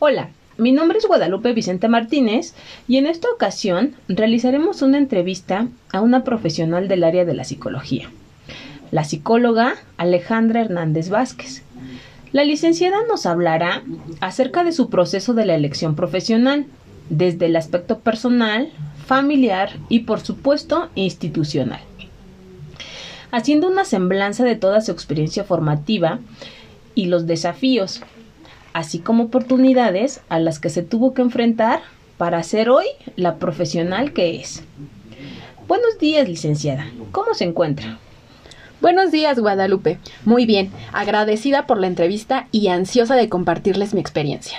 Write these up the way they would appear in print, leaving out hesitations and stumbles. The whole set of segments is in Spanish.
Hola, mi nombre es Guadalupe Vicente Martínez y en esta ocasión realizaremos una entrevista a una profesional del área de la psicología, la psicóloga Alejandra Hernández Vázquez. La licenciada nos hablará acerca de su proceso de la elección profesional, desde el aspecto personal, familiar y por supuesto institucional, haciendo una semblanza de toda su experiencia formativa y los desafíos, así como oportunidades a las que se tuvo que enfrentar para ser hoy la profesional que es. Buenos días, licenciada. ¿Cómo se encuentra? Buenos días, Guadalupe. Muy bien, agradecida por la entrevista y ansiosa de compartirles mi experiencia.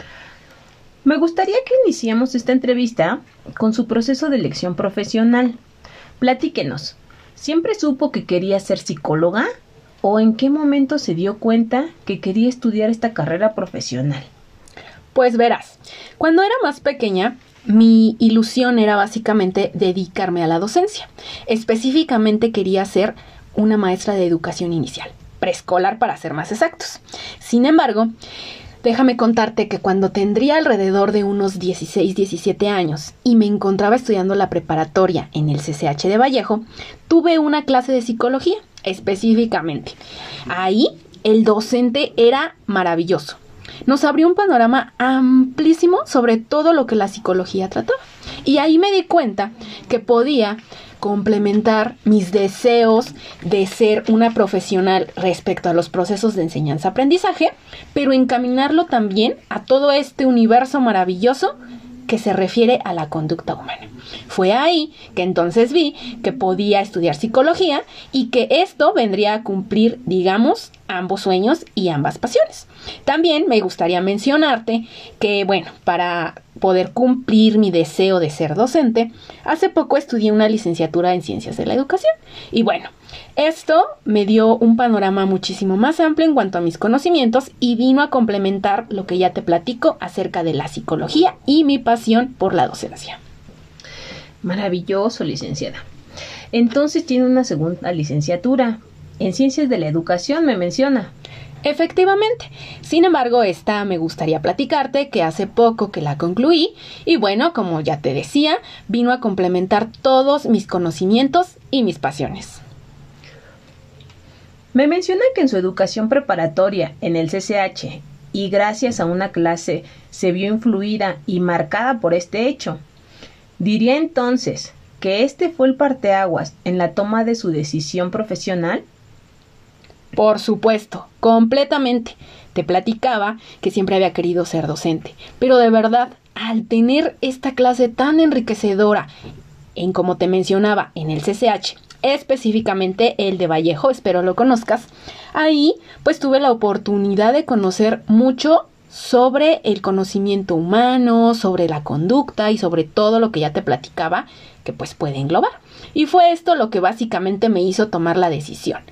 Me gustaría que iniciemos esta entrevista con su proceso de elección profesional. Platíquenos, ¿siempre supo que quería ser psicóloga? ¿O en qué momento se dio cuenta que quería estudiar esta carrera profesional? Pues verás, cuando era más pequeña, mi ilusión era básicamente dedicarme a la docencia. Específicamente quería ser una maestra de educación inicial, preescolar para ser más exactos. Sin embargo, déjame contarte que cuando tendría alrededor de unos 16, 17 años y me encontraba estudiando la preparatoria en el CCH de Vallejo, tuve una clase de psicología. Específicamente, ahí el docente era maravilloso. Nos abrió un panorama amplísimo sobre todo lo que la psicología trataba. Y ahí me di cuenta que podía complementar mis deseos de ser una profesional respecto a los procesos de enseñanza-aprendizaje, pero encaminarlo también a todo este universo maravilloso que se refiere a la conducta humana. Fue ahí que entonces vi que podía estudiar psicología y que esto vendría a cumplir, digamos, ambos sueños y ambas pasiones. También me gustaría mencionarte que, para poder cumplir mi deseo de ser docente, hace poco estudié una licenciatura en Ciencias de la Educación. Y esto me dio un panorama muchísimo más amplio en cuanto a mis conocimientos y vino a complementar lo que ya te platico acerca de la psicología y mi pasión por la docencia. Maravilloso, licenciada. Entonces tiene una segunda licenciatura en Ciencias de la Educación, me menciona. Efectivamente. Sin embargo, esta me gustaría platicarte que hace poco que la concluí y como ya te decía, vino a complementar todos mis conocimientos y mis pasiones. Me menciona que en su educación preparatoria en el CCH y gracias a una clase se vio influida y marcada por este hecho. ¿Diría entonces que este fue el parteaguas en la toma de su decisión profesional? Por supuesto, completamente. Te platicaba que siempre había querido ser docente, pero de verdad, al tener esta clase tan enriquecedora en, como te mencionaba, en el CCH, específicamente el de Vallejo, espero lo conozcas, ahí tuve la oportunidad de conocer mucho sobre el conocimiento humano, sobre la conducta y sobre todo lo que ya te platicaba que puede englobar. Y fue esto lo que básicamente me hizo tomar la decisión.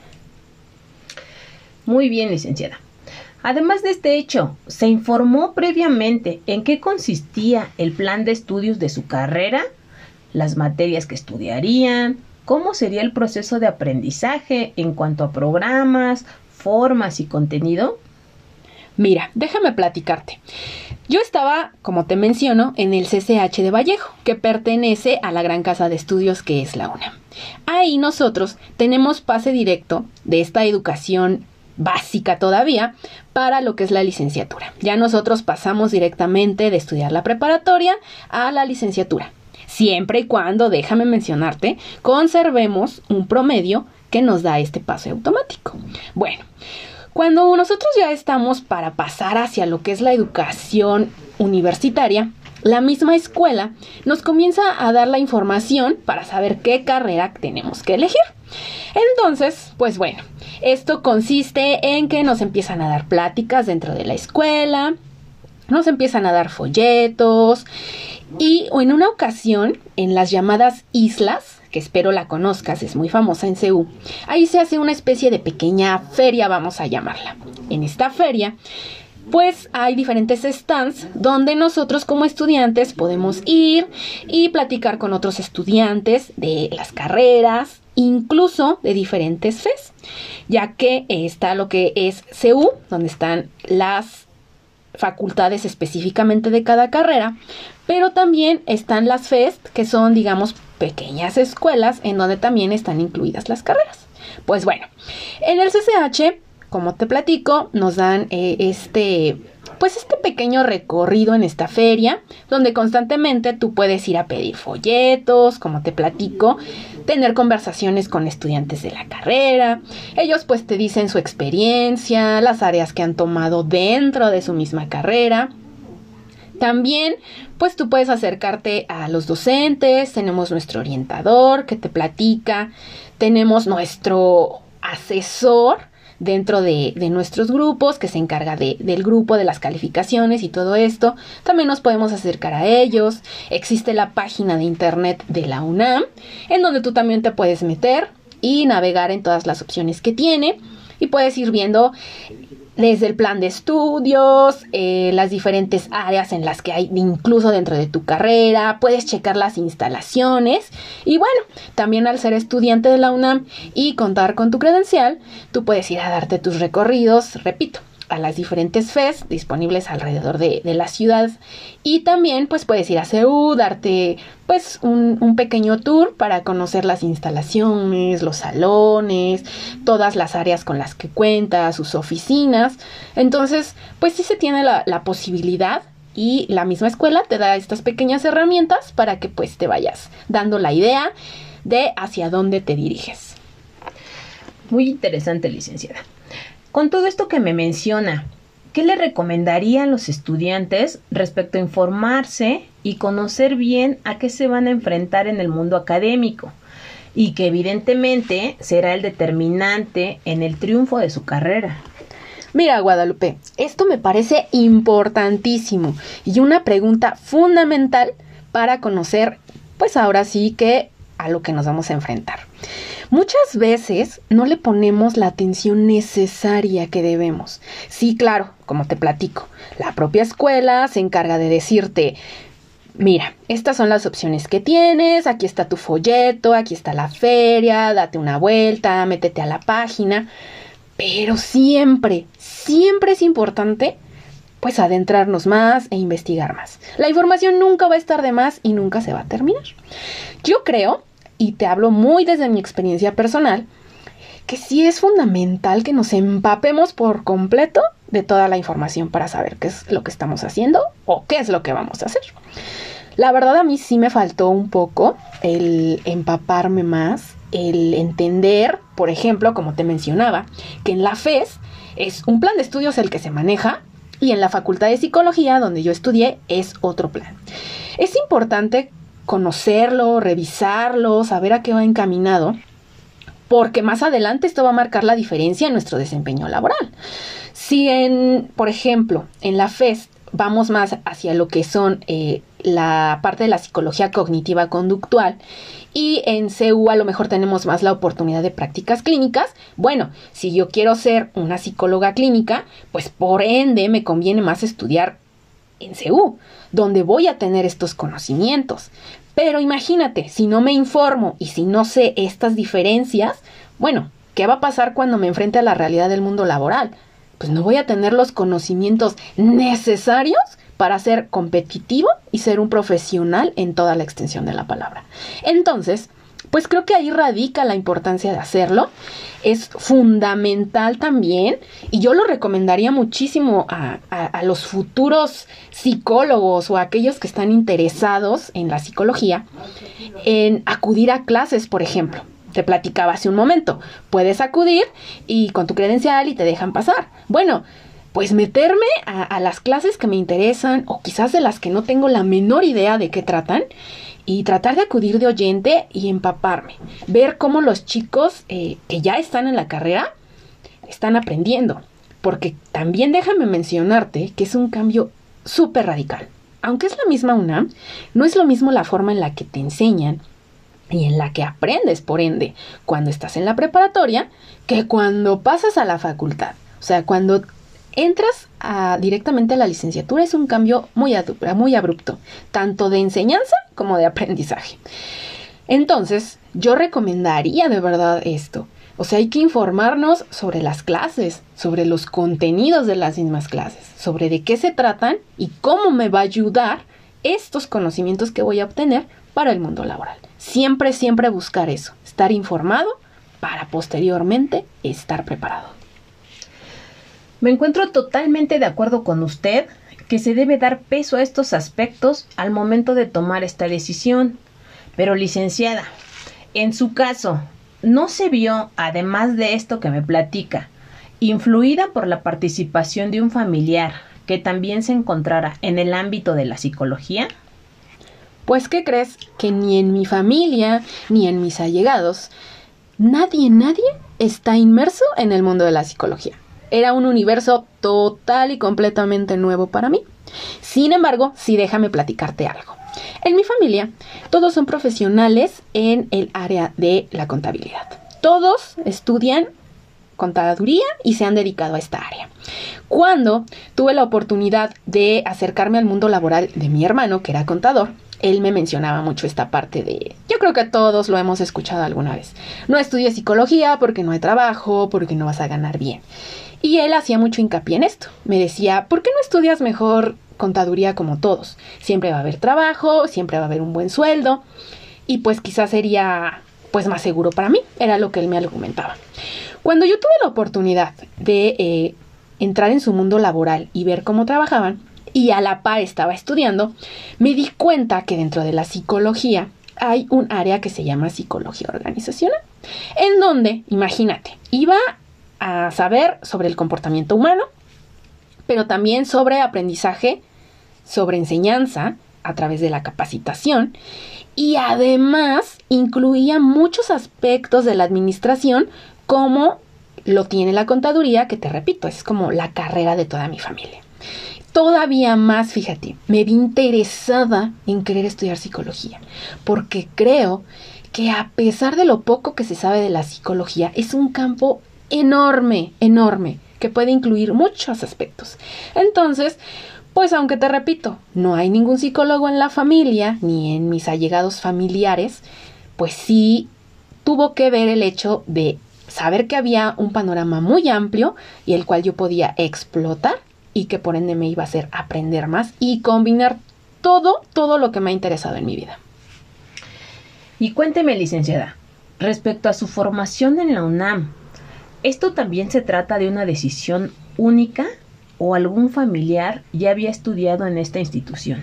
Muy bien, licenciada. Además de este hecho, ¿se informó previamente en qué consistía el plan de estudios de su carrera? ¿Las materias que estudiarían? ¿Cómo sería el proceso de aprendizaje en cuanto a programas, formas y contenido? Mira, déjame platicarte. Yo estaba, como te menciono, en el CCH de Vallejo, que pertenece a la gran casa de estudios que es la UNAM. Ahí nosotros tenemos pase directo de esta educación básica todavía para lo que es la licenciatura. Ya nosotros pasamos directamente de estudiar la preparatoria a la licenciatura. Siempre y cuando, déjame mencionarte, conservemos un promedio que nos da este pase automático. Cuando nosotros ya estamos para pasar hacia lo que es la educación universitaria, la misma escuela nos comienza a dar la información para saber qué carrera tenemos que elegir. Entonces, esto consiste en que nos empiezan a dar pláticas dentro de la escuela, nos empiezan a dar folletos y en una ocasión, en las llamadas islas, que espero la conozcas, es muy famosa en CU, ahí se hace una especie de pequeña feria, vamos a llamarla. En esta feria, hay diferentes stands donde nosotros como estudiantes podemos ir y platicar con otros estudiantes de las carreras, incluso de diferentes FES, ya que está lo que es CU, donde están las facultades específicamente de cada carrera, pero también están las FEST, que son, digamos, pequeñas escuelas en donde también están incluidas las carreras. Pues bueno, en el CCH, como te platico, nos dan este pequeño recorrido en esta feria, donde constantemente tú puedes ir a pedir folletos, como te platico, tener conversaciones con estudiantes de la carrera. Ellos pues te dicen su experiencia, las áreas que han tomado dentro de su misma carrera. También, pues tú puedes acercarte a los docentes, tenemos nuestro orientador que te platica, tenemos nuestro asesor dentro de nuestros grupos que se encarga del grupo, de las calificaciones y todo esto. También nos podemos acercar a ellos. Existe la página de internet de la UNAM, en donde tú también te puedes meter y navegar en todas las opciones que tiene y puedes ir viendo desde el plan de estudios, las diferentes áreas en las que hay incluso dentro de tu carrera, puedes checar las instalaciones y bueno, también al ser estudiante de la UNAM y contar con tu credencial, tú puedes ir a darte tus recorridos, repito, a las diferentes FES disponibles alrededor de la ciudad y también pues puedes ir a CEU, darte pues un pequeño tour para conocer las instalaciones, los salones, todas las áreas con las que cuenta, sus oficinas. Entonces pues sí se tiene la posibilidad y la misma escuela te da estas pequeñas herramientas para que pues te vayas dando la idea de hacia dónde te diriges. Muy interesante, licenciada. Con todo esto que me menciona, ¿qué le recomendaría a los estudiantes respecto a informarse y conocer bien a qué se van a enfrentar en el mundo académico? Y que evidentemente será el determinante en el triunfo de su carrera. Mira, Guadalupe, esto me parece importantísimo y una pregunta fundamental para conocer, pues ahora sí que a lo que nos vamos a enfrentar. Muchas veces no le ponemos la atención necesaria que debemos. Sí, claro, como te platico, la propia escuela se encarga de decirte, mira, estas son las opciones que tienes, aquí está tu folleto, aquí está la feria, date una vuelta, métete a la página, pero siempre es importante pues adentrarnos más e investigar más. La información nunca va a estar de más y nunca se va a terminar. Yo creo, y te hablo muy desde mi experiencia personal, que sí es fundamental que nos empapemos por completo de toda la información para saber qué es lo que estamos haciendo o qué es lo que vamos a hacer. La verdad a mí sí me faltó un poco el empaparme más, el entender, por ejemplo, como te mencionaba, que en la FES es un plan de estudios el que se maneja y en la Facultad de Psicología, donde yo estudié, es otro plan. Es importante conocerlo, revisarlo, saber a qué va encaminado, porque más adelante esto va a marcar la diferencia en nuestro desempeño laboral. Si por ejemplo, en la FES vamos más hacia lo que son la parte de la psicología cognitiva conductual y en CEU a lo mejor tenemos más la oportunidad de prácticas clínicas, bueno, si yo quiero ser una psicóloga clínica, pues por ende me conviene más estudiar en CEU, donde voy a tener estos conocimientos. Pero imagínate, si no me informo y si no sé estas diferencias, bueno, ¿qué va a pasar cuando me enfrente a la realidad del mundo laboral? Pues no voy a tener los conocimientos necesarios para ser competitivo y ser un profesional en toda la extensión de la palabra. Entonces, pues creo que ahí radica la importancia de hacerlo. Es fundamental también, y yo lo recomendaría muchísimo a los futuros psicólogos o a aquellos que están interesados en la psicología, en acudir a clases, por ejemplo. Te platicaba hace un momento, puedes acudir y con tu credencial y te dejan pasar. Bueno, pues meterme a las clases que me interesan o quizás de las que no tengo la menor idea de qué tratan y tratar de acudir de oyente y empaparme. Ver cómo los chicos que ya están en la carrera están aprendiendo. Porque también déjame mencionarte que es un cambio súper radical. Aunque es la misma UNAM, no es lo mismo la forma en la que te enseñan y en la que aprendes, por ende, cuando estás en la preparatoria, que cuando pasas a la facultad. O sea, cuando entras directamente a la licenciatura es un cambio muy abrupto, tanto de enseñanza como de aprendizaje. Entonces, yo recomendaría de verdad esto. O sea, hay que informarnos sobre las clases, sobre los contenidos de las mismas clases, sobre de qué se tratan y cómo me va a ayudar estos conocimientos que voy a obtener para el mundo laboral. Siempre, siempre buscar eso, estar informado para posteriormente estar preparado. Me encuentro totalmente de acuerdo con usted que se debe dar peso a estos aspectos al momento de tomar esta decisión. Pero, licenciada, en su caso, ¿no se vio, además de esto que me platica, influida por la participación de un familiar que también se encontrara en el ámbito de la psicología? Pues, ¿qué crees? Que ni en mi familia, ni en mis allegados, nadie está inmerso en el mundo de la psicología. Era un universo total y completamente nuevo para mí. Sin embargo, sí, déjame platicarte algo. En mi familia, todos son profesionales en el área de la contabilidad. Todos estudian contaduría y se han dedicado a esta área. Cuando tuve la oportunidad de acercarme al mundo laboral de mi hermano, que era contador, él me mencionaba mucho esta parte de, yo creo que todos lo hemos escuchado alguna vez, no estudies psicología porque no hay trabajo, porque no vas a ganar bien. Y él hacía mucho hincapié en esto. Me decía, ¿por qué no estudias mejor contaduría como todos? Siempre va a haber trabajo, siempre va a haber un buen sueldo y pues quizás sería pues más seguro para mí. Era lo que él me argumentaba. Cuando yo tuve la oportunidad de entrar en su mundo laboral y ver cómo trabajaban, y a la par estaba estudiando, me di cuenta que dentro de la psicología hay un área que se llama psicología organizacional, en donde, imagínate, iba a saber sobre el comportamiento humano, pero también sobre aprendizaje, sobre enseñanza a través de la capacitación, y además incluía muchos aspectos de la administración como lo tiene la contaduría, que te repito, es como la carrera de toda mi familia. Todavía más, fíjate, me vi interesada en querer estudiar psicología, porque creo que a pesar de lo poco que se sabe de la psicología, es un campo enorme, que puede incluir muchos aspectos. Entonces, pues aunque te repito, no hay ningún psicólogo en la familia, ni en mis allegados familiares, pues sí tuvo que ver el hecho de saber que había un panorama muy amplio y el cual yo podía explotar y que por ende me iba a hacer aprender más y combinar todo lo que me ha interesado en mi vida. Y cuénteme, licenciada, respecto a su formación en la UNAM, ¿esto también se trata de una decisión única o algún familiar ya había estudiado en esta institución?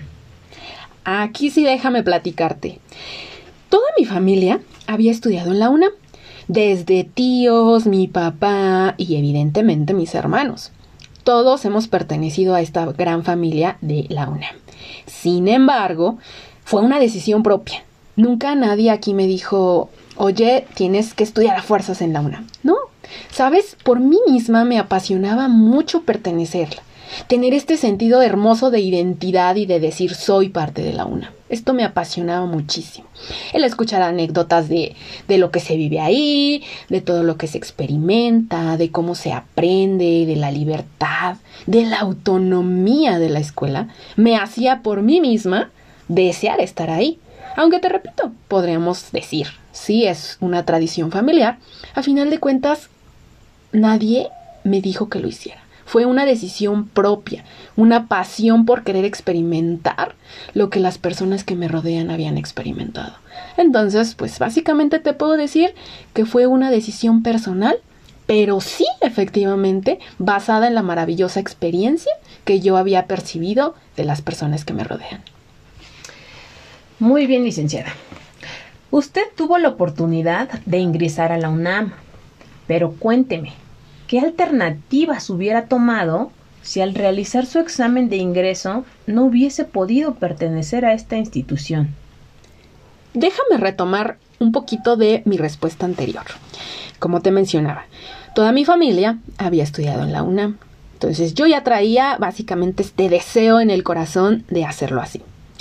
Aquí sí déjame platicarte. Toda mi familia había estudiado en la UNAM, desde tíos, mi papá y evidentemente mis hermanos. Todos hemos pertenecido a esta gran familia de la UNAM. Sin embargo, fue una decisión propia. Nunca nadie aquí me dijo, oye, tienes que estudiar a fuerzas en la UNAM. No, ¿sabes? Por mí misma me apasionaba mucho pertenecerla. Tener este sentido hermoso de identidad y de decir soy parte de la UNAM. Esto me apasionaba muchísimo. El escuchar anécdotas de lo que se vive ahí, de todo lo que se experimenta, de cómo se aprende, de la libertad, de la autonomía de la escuela, me hacía por mí misma desear estar ahí. Aunque te repito, podríamos decir, sí es una tradición familiar, a final de cuentas nadie me dijo que lo hiciera. Fue una decisión propia, una pasión por querer experimentar lo que las personas que me rodean habían experimentado. Entonces, pues básicamente te puedo decir que fue una decisión personal, pero sí efectivamente basada en la maravillosa experiencia que yo había percibido de las personas que me rodean. Muy bien, licenciada. Usted tuvo la oportunidad de ingresar a la UNAM, pero cuénteme, ¿qué alternativas hubiera tomado si al realizar su examen de ingreso no hubiese podido pertenecer a esta institución? Déjame retomar un poquito de mi respuesta anterior. Como te mencionaba, toda mi familia había estudiado en la UNAM. Entonces yo ya traía básicamente este deseo en el corazón de hacerlo así.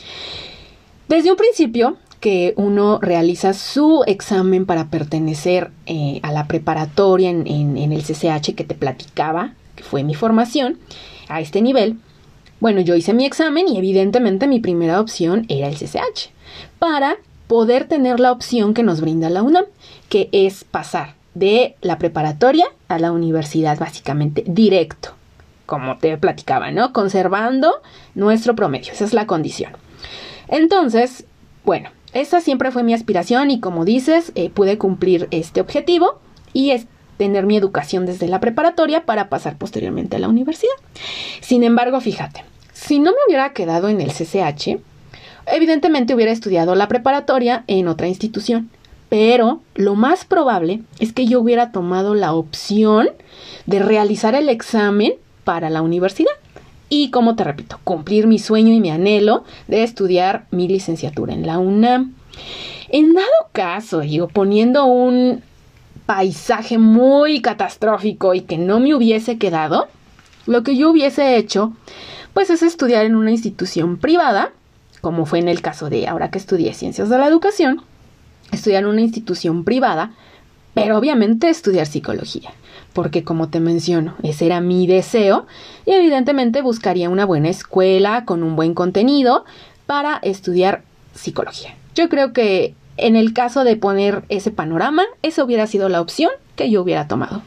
Desde un principio que uno realiza su examen para pertenecer a la preparatoria en el CCH que te platicaba, que fue mi formación, a este nivel, bueno, yo hice mi examen y evidentemente mi primera opción era el CCH, para poder tener la opción que nos brinda la UNAM, que es pasar de la preparatoria a la universidad, básicamente, directo, como te platicaba, ¿no? Conservando nuestro promedio, esa es la condición. Entonces, bueno, esa siempre fue mi aspiración y como dices, pude cumplir este objetivo y tener mi educación desde la preparatoria para pasar posteriormente a la universidad. Sin embargo, fíjate, si no me hubiera quedado en el CCH, evidentemente hubiera estudiado la preparatoria en otra institución, pero lo más probable es que yo hubiera tomado la opción de realizar el examen para la universidad y, como te repito, cumplir mi sueño y mi anhelo de estudiar mi licenciatura en la UNAM. En dado caso, poniendo un paisaje muy catastrófico y que no me hubiese quedado, lo que yo hubiese hecho, pues es estudiar en una institución privada, como fue en el caso de ahora que estudié Ciencias de la Educación, estudiar en una institución privada, pero obviamente estudiar psicología, porque como te menciono, ese era mi deseo y evidentemente buscaría una buena escuela con un buen contenido para estudiar psicología. Yo creo que en el caso de poner ese panorama, esa hubiera sido la opción que yo hubiera tomado.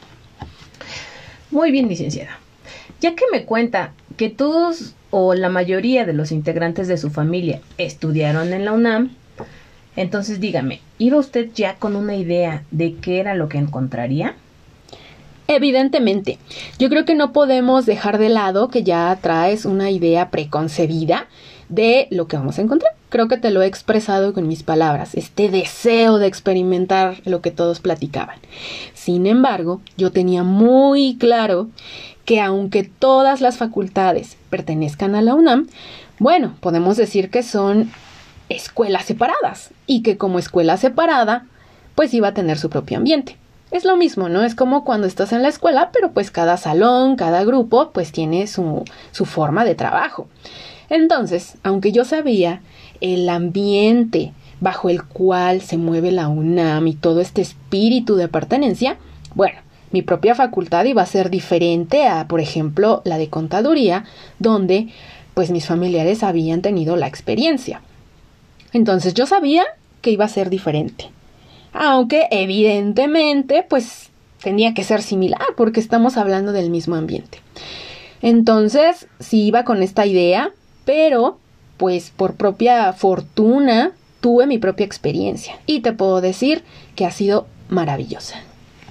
Muy bien, licenciada. Ya que me cuenta que todos o la mayoría de los integrantes de su familia estudiaron en la UNAM, entonces dígame, ¿iba usted ya con una idea de qué era lo que encontraría? Evidentemente, yo creo que no podemos dejar de lado que ya traes una idea preconcebida de lo que vamos a encontrar. Creo que te lo he expresado con mis palabras, este deseo de experimentar lo que todos platicaban. Sin embargo, yo tenía muy claro que aunque todas las facultades pertenezcan a la UNAM, bueno, podemos decir que son escuelas separadas y que como escuela separada, pues iba a tener su propio ambiente. Es lo mismo, ¿no? Es como cuando estás en la escuela, pero pues cada salón, cada grupo, pues tiene su forma de trabajo. Entonces, aunque yo sabía el ambiente bajo el cual se mueve la UNAM y todo este espíritu de pertenencia, bueno, mi propia facultad iba a ser diferente a, por ejemplo, la de contaduría, donde pues mis familiares habían tenido la experiencia. Entonces yo sabía que iba a ser diferente. Aunque evidentemente pues tenía que ser similar porque estamos hablando del mismo ambiente. Entonces sí iba con esta idea, pero pues por propia fortuna tuve mi propia experiencia y te puedo decir que ha sido maravillosa.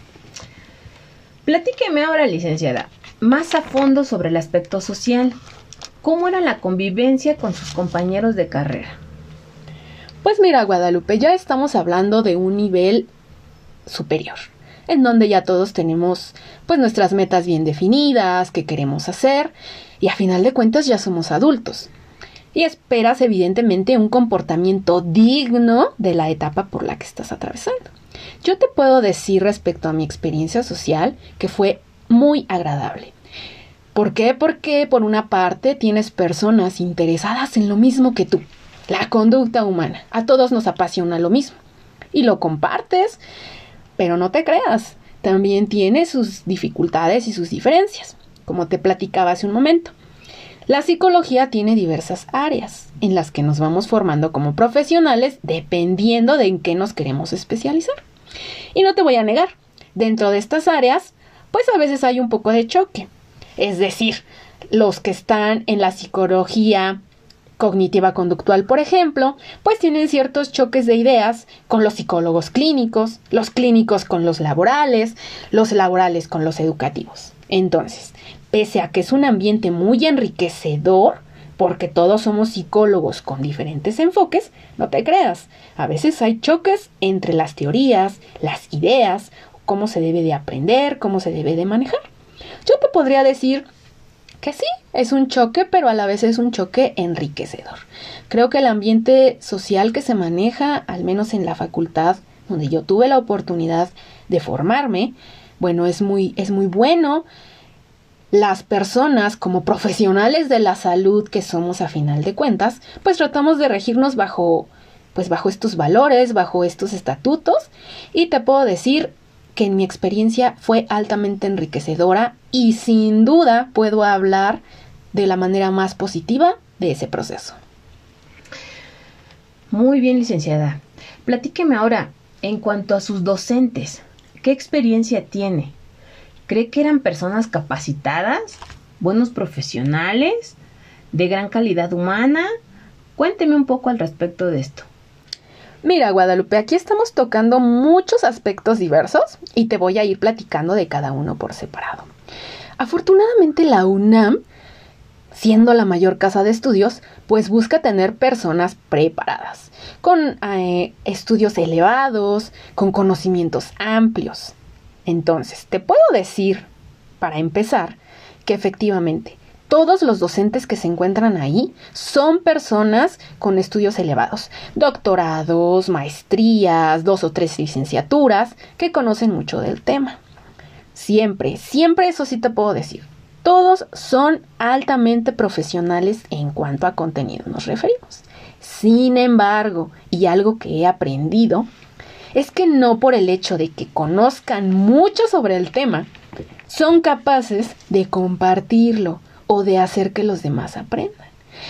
Platíqueme ahora, licenciada, más a fondo sobre el aspecto social. ¿Cómo era la convivencia con sus compañeros de carrera? Pues mira, Guadalupe, ya estamos hablando de un nivel superior, en donde ya todos tenemos pues nuestras metas bien definidas, qué queremos hacer, y a final de cuentas ya somos adultos. Y esperas evidentemente un comportamiento digno de la etapa por la que estás atravesando. Yo te puedo decir respecto a mi experiencia social que fue muy agradable. ¿Por qué? Porque por una parte tienes personas interesadas en lo mismo que tú. La conducta humana. A todos nos apasiona lo mismo. Y lo compartes, pero no te creas. También tiene sus dificultades y sus diferencias, como te platicaba hace un momento. La psicología tiene diversas áreas en las que nos vamos formando como profesionales dependiendo de en qué nos queremos especializar. Y no te voy a negar, dentro de estas áreas, pues a veces hay un poco de choque. Es decir, los que están en la psicología cognitiva conductual, por ejemplo, pues tienen ciertos choques de ideas con los psicólogos clínicos, los clínicos con los laborales con los educativos. Entonces, pese a que es un ambiente muy enriquecedor, porque todos somos psicólogos con diferentes enfoques, no te creas, a veces hay choques entre las teorías, las ideas, cómo se debe de aprender, cómo se debe de manejar. Yo te podría decir que sí, es un choque, pero a la vez es un choque enriquecedor. Creo que el ambiente social que se maneja, al menos en la facultad donde yo tuve la oportunidad de formarme, bueno, es muy bueno. Las personas como profesionales de la salud que somos a final de cuentas, pues tratamos de regirnos bajo estos valores, bajo estos estatutos, y te puedo decir que en mi experiencia fue altamente enriquecedora y sin duda puedo hablar de la manera más positiva de ese proceso. Muy bien, licenciada. Platíqueme ahora en cuanto a sus docentes. ¿Qué experiencia tiene? ¿Cree que eran personas capacitadas, buenos profesionales, de gran calidad humana? Cuénteme un poco al respecto de esto. Mira, Guadalupe, aquí estamos tocando muchos aspectos diversos y te voy a ir platicando de cada uno por separado. Afortunadamente la UNAM, siendo la mayor casa de estudios, pues busca tener personas preparadas, con estudios elevados, con conocimientos amplios. Entonces, te puedo decir, para empezar, que efectivamente todos los docentes que se encuentran ahí son personas con estudios elevados, doctorados, maestrías, 2 o 3 licenciaturas, que conocen mucho del tema. Siempre eso sí te puedo decir. Todos son altamente profesionales en cuanto a contenido nos referimos. Sin embargo, y algo que he aprendido, es que no por el hecho de que conozcan mucho sobre el tema, son capaces de compartirlo o de hacer que los demás aprendan.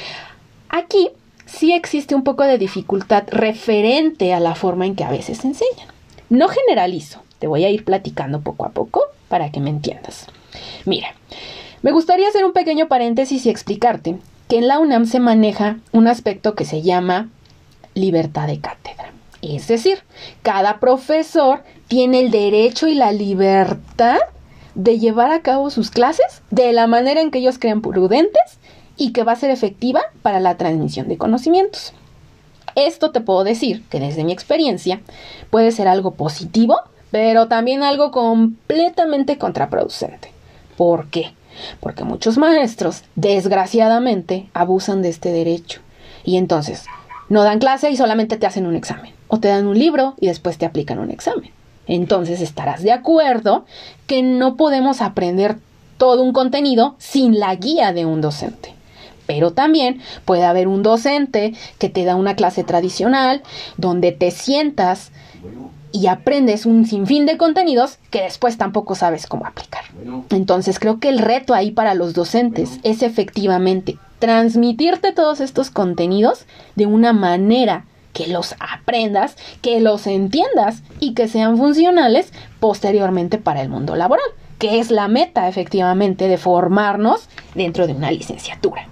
Aquí sí existe un poco de dificultad referente a la forma en que a veces enseñan. No generalizo, te voy a ir platicando poco a poco para que me entiendas. Mira, me gustaría hacer un pequeño paréntesis y explicarte que en la UNAM se maneja un aspecto que se llama libertad de cátedra. Es decir, cada profesor tiene el derecho y la libertad de llevar a cabo sus clases de la manera en que ellos crean prudentes y que va a ser efectiva para la transmisión de conocimientos. Esto te puedo decir que desde mi experiencia puede ser algo positivo, pero también algo completamente contraproducente. ¿Por qué? Porque muchos maestros, desgraciadamente, abusan de este derecho. Y entonces, no dan clase y solamente te hacen un examen. O te dan un libro y después te aplican un examen. Entonces estarás de acuerdo que no podemos aprender todo un contenido sin la guía de un docente. Pero también puede haber un docente que te da una clase tradicional donde te sientas y aprendes un sinfín de contenidos que después tampoco sabes cómo aplicar. Entonces creo que el reto ahí para los docentes es efectivamente transmitirte todos estos contenidos de una manera que los aprendas, que los entiendas y que sean funcionales posteriormente para el mundo laboral, que es la meta efectivamente de formarnos dentro de una licenciatura.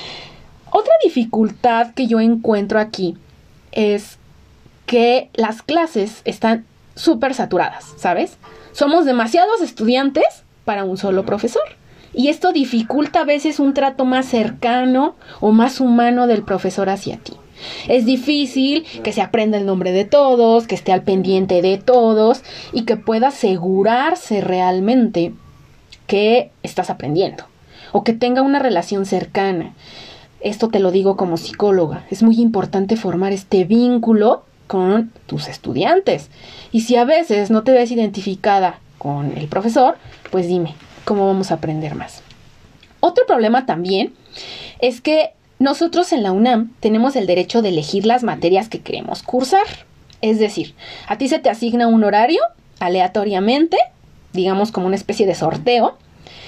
Otra dificultad que yo encuentro aquí es que las clases están súper saturadas, ¿sabes? Somos demasiados estudiantes para un solo profesor. Y esto dificulta a veces un trato más cercano o más humano del profesor hacia ti. Es difícil que se aprenda el nombre de todos, que esté al pendiente de todos y que pueda asegurarse realmente que estás aprendiendo o que tenga una relación cercana. Esto te lo digo como psicóloga. Es muy importante formar este vínculo con tus estudiantes. Y si a veces no te ves identificada con el profesor, pues dime, ¿cómo vamos a aprender más? Otro problema también es que nosotros en la UNAM tenemos el derecho de elegir las materias que queremos cursar. Es decir, a ti se te asigna un horario aleatoriamente, digamos como una especie de sorteo,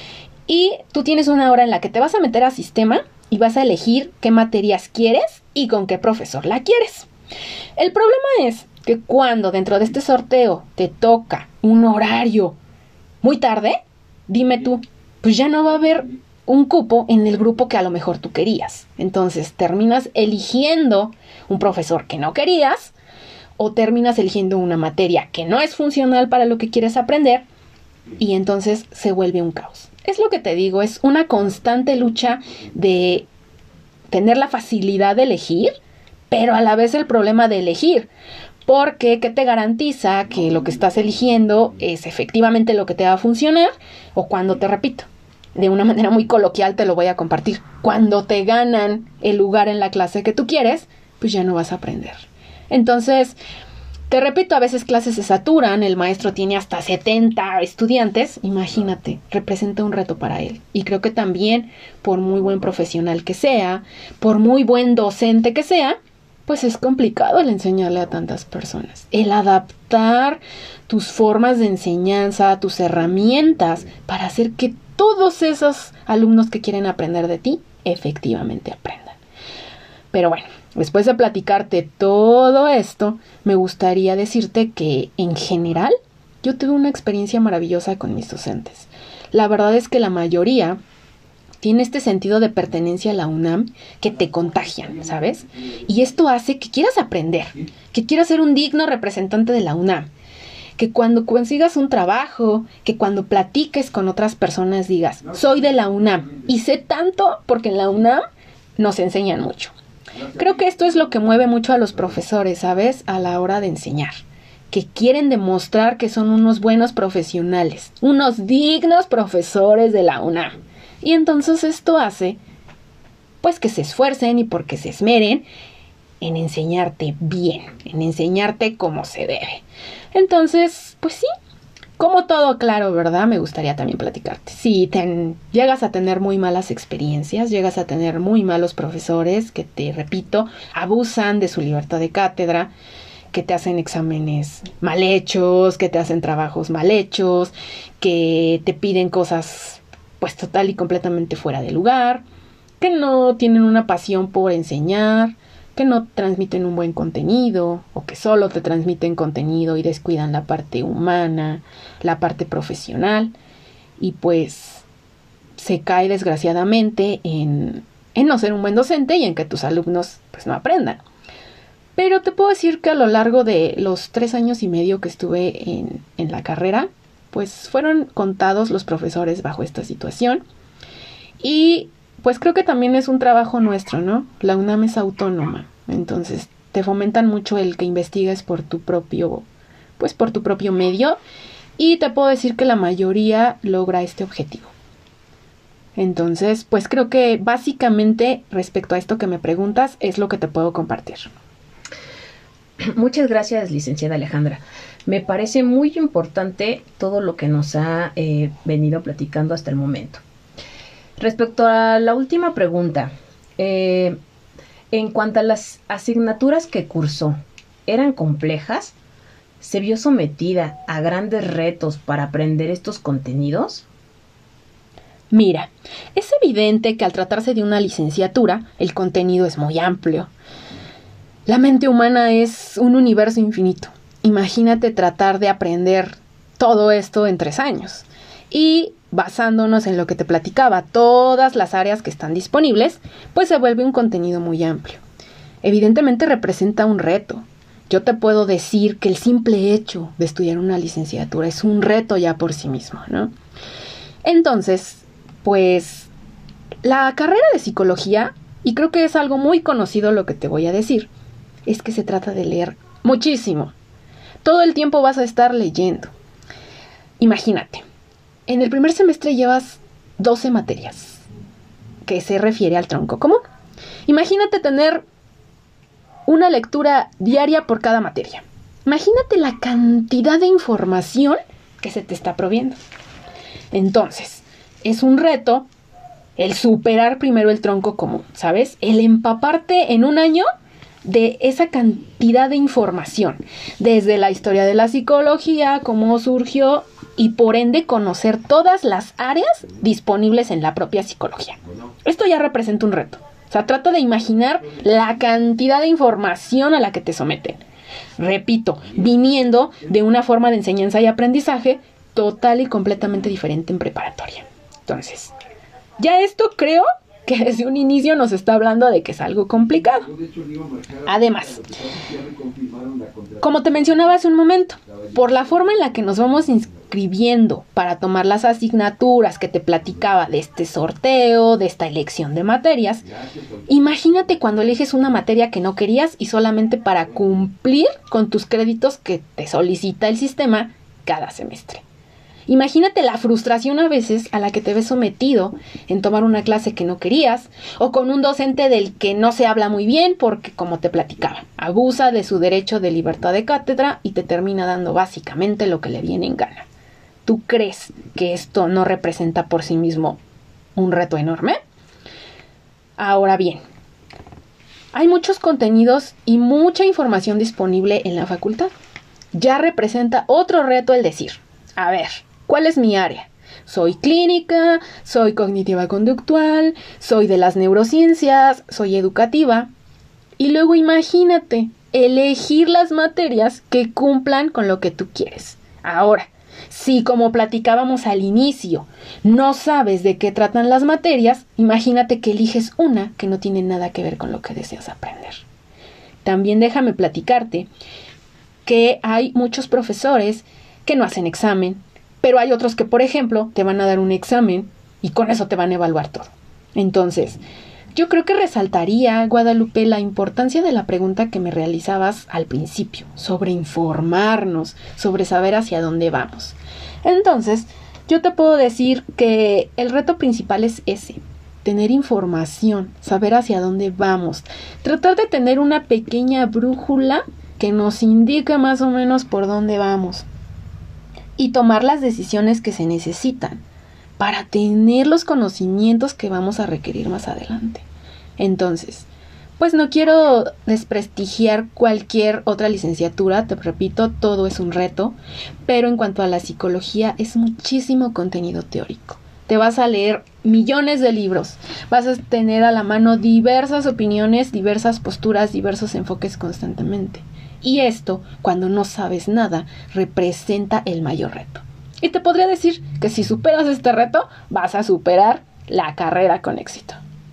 y tú tienes una hora en la que te vas a meter a sistema y vas a elegir qué materias quieres y con qué profesor la quieres. El problema es que cuando dentro de este sorteo te toca un horario muy tarde, dime tú, pues ya no va a haber un cupo en el grupo que a lo mejor tú querías. Entonces terminas eligiendo un profesor que no querías o terminas eligiendo una materia que no es funcional para lo que quieres aprender y entonces se vuelve un caos. Es lo que te digo, es una constante lucha de tener la facilidad de elegir, pero a la vez el problema de elegir. Porque, ¿qué te garantiza que lo que estás eligiendo es efectivamente lo que te va a funcionar? O cuando, te repito, de una manera muy coloquial te lo voy a compartir, cuando te ganan el lugar en la clase que tú quieres, pues ya no vas a aprender. Entonces, te repito, a veces clases se saturan, el maestro tiene hasta 70 estudiantes, imagínate, representa un reto para él. Y creo que también, por muy buen profesional que sea, por muy buen docente que sea, pues es complicado el enseñarle a tantas personas. El adaptar tus formas de enseñanza, tus herramientas, para hacer que todos esos alumnos que quieren aprender de ti, efectivamente aprendan. Pero bueno, después de platicarte todo esto, me gustaría decirte que en general yo tuve una experiencia maravillosa con mis docentes. La verdad es que la mayoría tiene este sentido de pertenencia a la UNAM que te contagian, ¿sabes? Y esto hace que quieras aprender, que quieras ser un digno representante de la UNAM, que cuando consigas un trabajo, que cuando platiques con otras personas digas, soy de la UNAM y sé tanto porque en la UNAM nos enseñan mucho. Creo que esto es lo que mueve mucho a los profesores, ¿sabes? A la hora de enseñar, que quieren demostrar que son unos buenos profesionales, unos dignos profesores de la UNAM. Y entonces esto hace, pues, que se esfuercen y porque se esmeren en enseñarte bien, en enseñarte como se debe. Entonces, pues sí, como todo claro, ¿verdad? Me gustaría también platicarte. Si llegas a tener muy malas experiencias, llegas a tener muy malos profesores que, te repito, abusan de su libertad de cátedra, que te hacen exámenes mal hechos, que te hacen trabajos mal hechos, que te piden cosas pues total y completamente fuera de lugar, que no tienen una pasión por enseñar, que no transmiten un buen contenido o que solo te transmiten contenido y descuidan la parte humana, la parte profesional y pues se cae desgraciadamente en no ser un buen docente y en que tus alumnos pues no aprendan. Pero te puedo decir que a lo largo de los 3 años y medio que estuve en la carrera, pues fueron contados los profesores bajo esta situación. Y pues creo que también es un trabajo nuestro, ¿no? La UNAM es autónoma, entonces te fomentan mucho el que investigues por tu propio medio. Y te puedo decir que la mayoría logra este objetivo. Entonces, pues creo que básicamente respecto a esto que me preguntas es lo que te puedo compartir. Muchas gracias, licenciada Alejandra. Me parece muy importante todo lo que nos ha venido platicando hasta el momento. Respecto a la última pregunta, en cuanto a las asignaturas que cursó, ¿eran complejas? ¿Se vio sometida a grandes retos para aprender estos contenidos? Mira, es evidente que al tratarse de una licenciatura, el contenido es muy amplio. La mente humana es un universo infinito. Imagínate tratar de aprender todo esto en 3 años. Y basándonos en lo que te platicaba, todas las áreas que están disponibles, pues se vuelve un contenido muy amplio. Evidentemente representa un reto. Yo te puedo decir que el simple hecho de estudiar una licenciatura es un reto ya por sí mismo, ¿no? Entonces, pues, la carrera de psicología, y creo que es algo muy conocido lo que te voy a decir, es que se trata de leer muchísimo. Todo el tiempo vas a estar leyendo. Imagínate, en el primer semestre llevas 12 materias, que se refiere al tronco común. Imagínate tener una lectura diaria por cada materia. Imagínate la cantidad de información que se te está proviendo. Entonces, es un reto el superar primero el tronco común, ¿sabes? El empaparte en un año de esa cantidad de información, desde la historia de la psicología, cómo surgió y por ende conocer todas las áreas disponibles en la propia psicología. Esto ya representa un reto. O sea, trata de imaginar la cantidad de información a la que te someten. Repito, viniendo de una forma de enseñanza y aprendizaje total y completamente diferente en preparatoria. Entonces, ya esto creo que desde un inicio nos está hablando de que es algo complicado. Además, como te mencionaba hace un momento, por la forma en la que nos vamos inscribiendo para tomar las asignaturas que te platicaba de este sorteo, de esta elección de materias, imagínate cuando eliges una materia que no querías y solamente para cumplir con tus créditos que te solicita el sistema cada semestre. Imagínate la frustración a veces a la que te ves sometido en tomar una clase que no querías o con un docente del que no se habla muy bien porque, como te platicaba, abusa de su derecho de libertad de cátedra y te termina dando básicamente lo que le viene en gana. ¿Tú crees que esto no representa por sí mismo un reto enorme? Ahora bien, hay muchos contenidos y mucha información disponible en la facultad. Ya representa otro reto el decir, a ver, ¿cuál es mi área? Soy clínica, soy cognitiva conductual, soy de las neurociencias, soy educativa. Y luego imagínate, elegir las materias que cumplan con lo que tú quieres. Ahora, si como platicábamos al inicio, no sabes de qué tratan las materias, imagínate que eliges una que no tiene nada que ver con lo que deseas aprender. También déjame platicarte que hay muchos profesores que no hacen examen, pero hay otros que, por ejemplo, te van a dar un examen y con eso te van a evaluar todo. Entonces, yo creo que resaltaría, Guadalupe, la importancia de la pregunta que me realizabas al principio, sobre informarnos, sobre saber hacia dónde vamos. Entonces, yo te puedo decir que el reto principal es ese, tener información, saber hacia dónde vamos, tratar de tener una pequeña brújula que nos indique más o menos por dónde vamos y tomar las decisiones que se necesitan para tener los conocimientos que vamos a requerir más adelante. Entonces, pues no quiero desprestigiar cualquier otra licenciatura, te repito, todo es un reto, pero en cuanto a la psicología es muchísimo contenido teórico. Te vas a leer millones de libros, vas a tener a la mano diversas opiniones, diversas posturas, diversos enfoques constantemente. Y esto, cuando no sabes nada, representa el mayor reto. Y te podría decir que si superas este reto, vas a superar la carrera con éxito.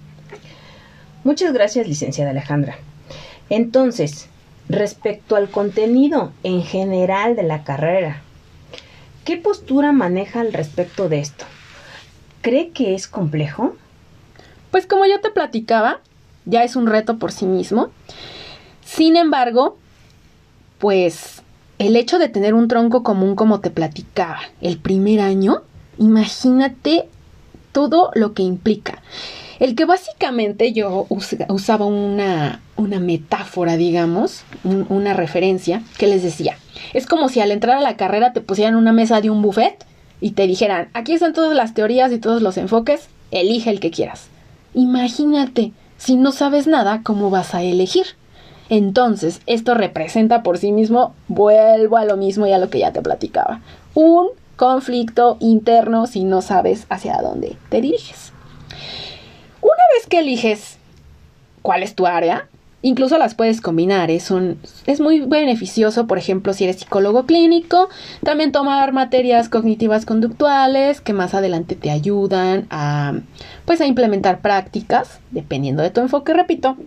Muchas gracias, licenciada Alejandra. Entonces, respecto al contenido en general de la carrera, ¿qué postura maneja al respecto de esto? ¿Cree que es complejo? Pues como yo te platicaba, ya es un reto por sí mismo. Sin embargo, pues el hecho de tener un tronco común como te platicaba el primer año, imagínate todo lo que implica. El que básicamente yo usaba una metáfora, digamos, una referencia que les decía. Es como si al entrar a la carrera te pusieran una mesa de un buffet y te dijeran, aquí están todas las teorías y todos los enfoques, elige el que quieras. Imagínate, si no sabes nada, ¿cómo vas a elegir? Entonces, esto representa por sí mismo, vuelvo a lo mismo y a lo que ya te platicaba, un conflicto interno si no sabes hacia dónde te diriges. Una vez que eliges cuál es tu área, incluso las puedes combinar, es muy beneficioso, por ejemplo, si eres psicólogo clínico, también tomar materias cognitivas conductuales que más adelante te ayudan a implementar prácticas, dependiendo de tu enfoque, repito.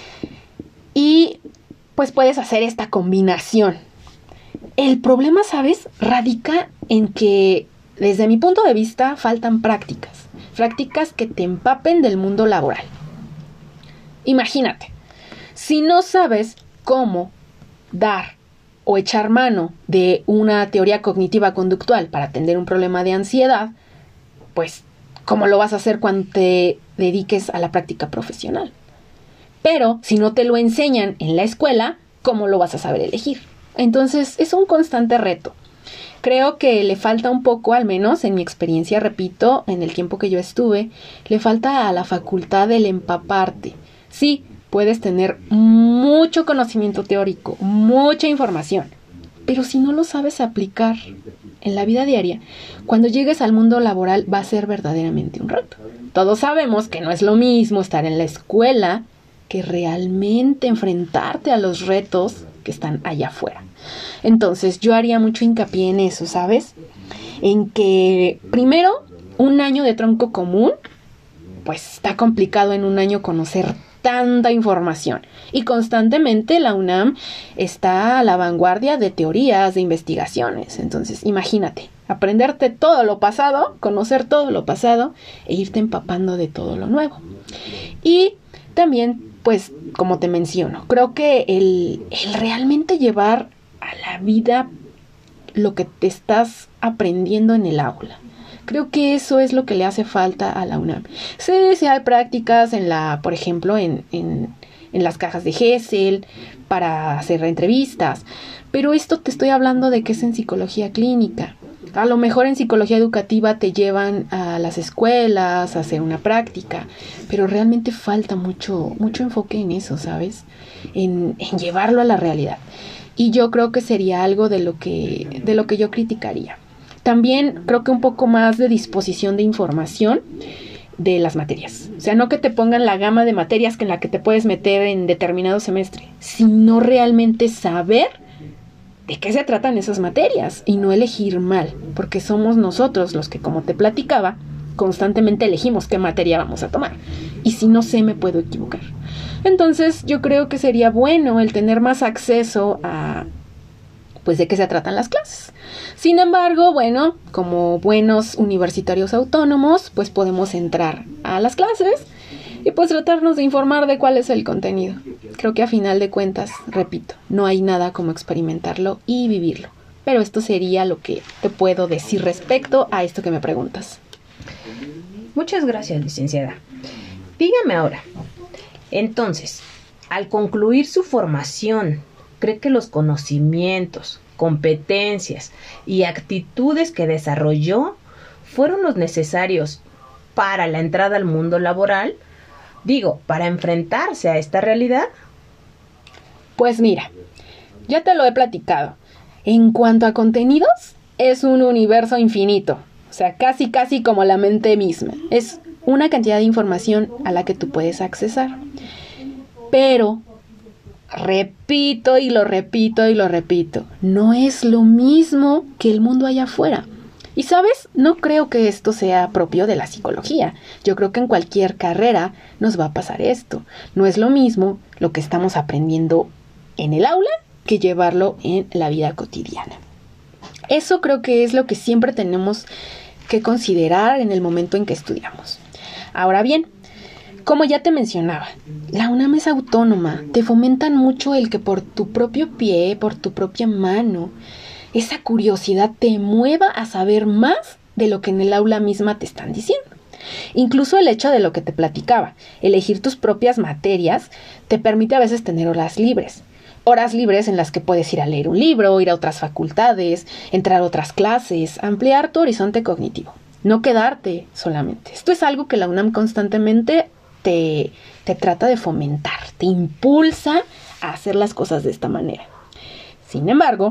Y pues puedes hacer esta combinación. El problema, ¿sabes?, radica en que, desde mi punto de vista, faltan prácticas que te empapen del mundo laboral. Imagínate, si no sabes cómo dar o echar mano de una teoría cognitiva conductual para atender un problema de ansiedad, pues, ¿cómo lo vas a hacer cuando te dediques a la práctica profesional? Pero si no te lo enseñan en la escuela, ¿cómo lo vas a saber elegir? Entonces, es un constante reto. Creo que le falta un poco, al menos en mi experiencia, repito, en el tiempo que yo estuve, le falta a la facultad del empaparte. Sí, puedes tener mucho conocimiento teórico, mucha información, pero si no lo sabes aplicar en la vida diaria, cuando llegues al mundo laboral va a ser verdaderamente un reto. Todos sabemos que no es lo mismo estar en la escuela que realmente enfrentarte a los retos que están allá afuera. Entonces yo haría mucho hincapié en eso, ¿sabes? En que primero un año de tronco común, pues está complicado en un año conocer tanta información. Y constantemente la UNAM está a la vanguardia de teorías, de investigaciones. Entonces imagínate, aprenderte todo lo pasado, conocer todo lo pasado e irte empapando de todo lo nuevo. Y también, pues, como te menciono, creo que el realmente llevar a la vida lo que te estás aprendiendo en el aula. Creo que eso es lo que le hace falta a la UNAM. Sí, hay prácticas por ejemplo, en las cajas de Gesell para hacer entrevistas, pero esto te estoy hablando de que es en psicología clínica. A lo mejor en psicología educativa te llevan a las escuelas a hacer una práctica, pero realmente falta mucho enfoque en eso, ¿sabes? En llevarlo a la realidad. Y yo creo que sería algo de lo que yo criticaría. También creo que un poco más de disposición de información de las materias. O sea, no que te pongan la gama de materias en la que te puedes meter en determinado semestre, sino realmente saber de qué se tratan esas materias y no elegir mal, porque somos nosotros los que, como te platicaba, constantemente elegimos qué materia vamos a tomar. Y si no sé, me puedo equivocar. Entonces, yo creo que sería bueno el tener más acceso a, pues, de qué se tratan las clases. Sin embargo, bueno, como buenos universitarios autónomos, pues podemos entrar a las clases y pues tratarnos de informar de cuál es el contenido. Creo que a final de cuentas, repito, no hay nada como experimentarlo y vivirlo. Pero esto sería lo que te puedo decir respecto a esto que me preguntas. Muchas gracias, licenciada. Dígame ahora, entonces, al concluir su formación, ¿cree que los conocimientos, competencias y actitudes que desarrolló fueron los necesarios para la entrada al mundo laboral? Digo, para enfrentarse a esta realidad. Pues mira, ya te lo he platicado. En cuanto a contenidos, es un universo infinito. O sea, casi como la mente misma. Es una cantidad de información a la que tú puedes accesar. Pero, repito y lo repito y lo repito, no es lo mismo que el mundo allá afuera. Y sabes, no creo que esto sea propio de la psicología. Yo creo que en cualquier carrera nos va a pasar esto. No es lo mismo lo que estamos aprendiendo en el aula que llevarlo en la vida cotidiana. Eso creo que es lo que siempre tenemos que considerar en el momento en que estudiamos. Ahora bien, como ya te mencionaba, la UNAM es autónoma. Te fomentan mucho el que por tu propio pie, por tu propia mano, esa curiosidad te mueva a saber más de lo que en el aula misma te están diciendo. Incluso el hecho de lo que te platicaba, elegir tus propias materias, te permite a veces tener horas libres. Horas libres en las que puedes ir a leer un libro, ir a otras facultades, entrar a otras clases, ampliar tu horizonte cognitivo. No quedarte solamente. Esto es algo que la UNAM constantemente te trata de fomentar, te impulsa a hacer las cosas de esta manera. Sin embargo,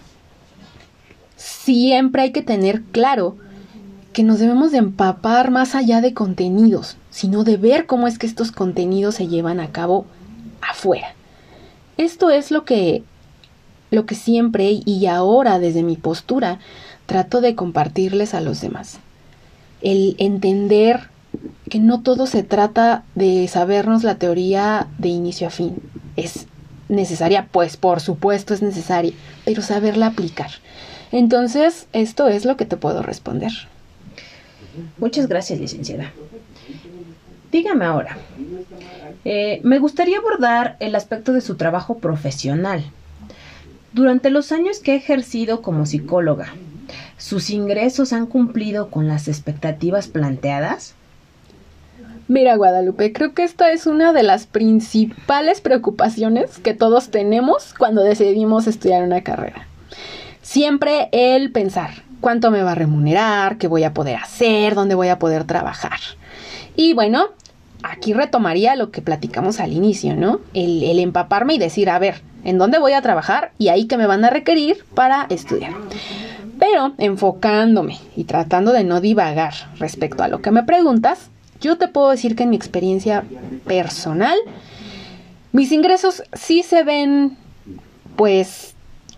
siempre hay que tener claro que nos debemos de empapar más allá de contenidos, sino de ver cómo es que estos contenidos se llevan a cabo afuera. Esto es lo que siempre y ahora desde mi postura trato de compartirles a los demás. El entender que no todo se trata de sabernos la teoría de inicio a fin. Es necesaria, pues por supuesto es necesaria, pero saberla aplicar. Entonces, esto es lo que te puedo responder. Muchas gracias, licenciada. Dígame ahora, me gustaría abordar el aspecto de su trabajo profesional. Durante los años que he ejercido como psicóloga, ¿sus ingresos han cumplido con las expectativas planteadas? Mira, Guadalupe, creo que esta es una de las principales preocupaciones que todos tenemos cuando decidimos estudiar una carrera. Siempre el pensar, ¿cuánto me va a remunerar? ¿Qué voy a poder hacer? ¿Dónde voy a poder trabajar? Y bueno, aquí retomaría lo que platicamos al inicio, ¿no? El empaparme y decir, a ver, ¿en dónde voy a trabajar? Y ahí que me van a requerir para estudiar. Pero enfocándome y tratando de no divagar respecto a lo que me preguntas, yo te puedo decir que en mi experiencia personal, mis ingresos sí se ven, pues,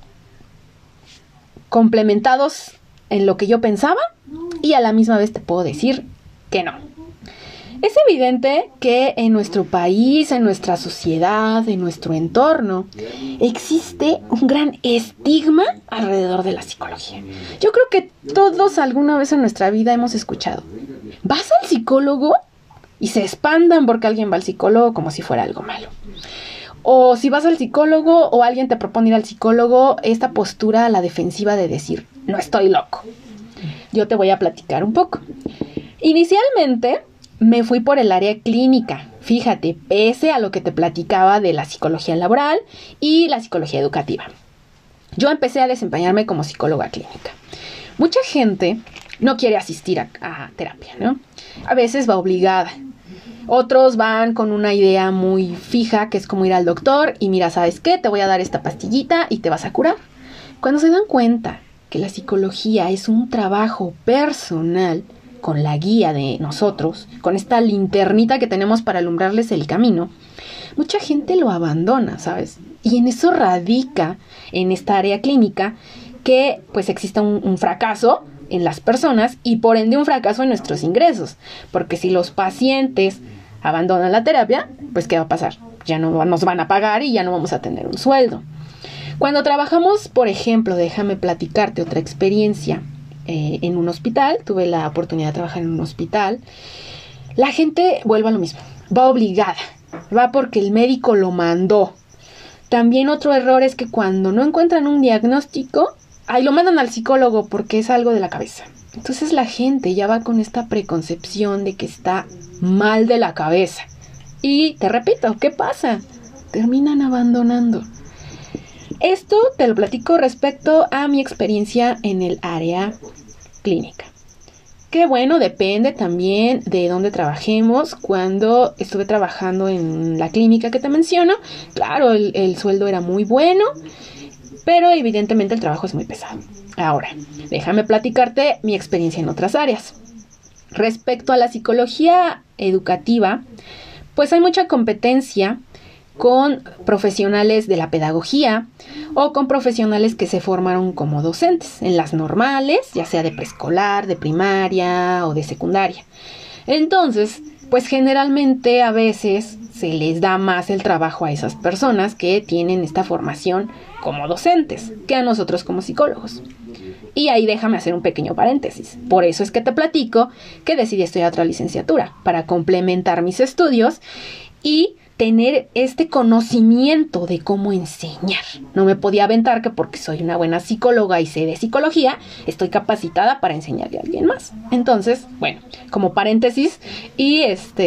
complementados en lo que yo pensaba y a la misma vez te puedo decir que no. Es evidente que en nuestro país, en nuestra sociedad, en nuestro entorno, existe un gran estigma alrededor de la psicología. Yo creo que todos alguna vez en nuestra vida hemos escuchado, ¿vas al psicólogo? Y se espantan porque alguien va al psicólogo como si fuera algo malo. O si vas al psicólogo o alguien te propone ir al psicólogo, esta postura a la defensiva de decir, no estoy loco. Yo te voy a platicar un poco. Inicialmente me fui por el área clínica, fíjate, pese a lo que te platicaba de la psicología laboral y la psicología educativa. Yo empecé a desempeñarme como psicóloga clínica. Mucha gente no quiere asistir a terapia, ¿no? A veces va obligada. Otros van con una idea muy fija, que es como ir al doctor y mira, ¿sabes qué? Te voy a dar esta pastillita y te vas a curar. Cuando se dan cuenta que la psicología es un trabajo personal, con la guía de nosotros, con esta linternita que tenemos para alumbrarles el camino, mucha gente lo abandona, ¿sabes? Y en eso radica, en esta área clínica, que pues exista un fracaso en las personas y por ende un fracaso en nuestros ingresos. Porque si los pacientes abandonan la terapia, pues ¿qué va a pasar? Ya no nos van a pagar y ya no vamos a tener un sueldo. Cuando trabajamos, por ejemplo, déjame platicarte otra experiencia en un hospital. Tuve la oportunidad de trabajar en un hospital. La gente vuelve a lo mismo, va obligada, va porque el médico lo mandó. También otro error es que cuando no encuentran un diagnóstico, ahí lo mandan al psicólogo porque es algo de la cabeza. Entonces la gente ya va con esta preconcepción de que está mal de la cabeza. Y te repito, ¿qué pasa? Terminan abandonando. Esto te lo platico respecto a mi experiencia en el área clínica. Que bueno, depende también de dónde trabajemos. Cuando estuve trabajando en la clínica que te menciono, claro, el sueldo era muy bueno, pero evidentemente el trabajo es muy pesado. Ahora, déjame platicarte mi experiencia en otras áreas. Respecto a la psicología educativa, pues hay mucha competencia con profesionales de la pedagogía o con profesionales que se formaron como docentes en las normales, ya sea de preescolar, de primaria o de secundaria. Entonces, pues generalmente a veces se les da más el trabajo a esas personas que tienen esta formación como docentes que a nosotros como psicólogos. Y ahí déjame hacer un pequeño paréntesis. Por eso es que te platico que decidí estudiar otra licenciatura para complementar mis estudios y tener este conocimiento de cómo enseñar. No me podía aventar que porque soy una buena psicóloga y sé de psicología, estoy capacitada para enseñarle a alguien más. Entonces, bueno, como paréntesis y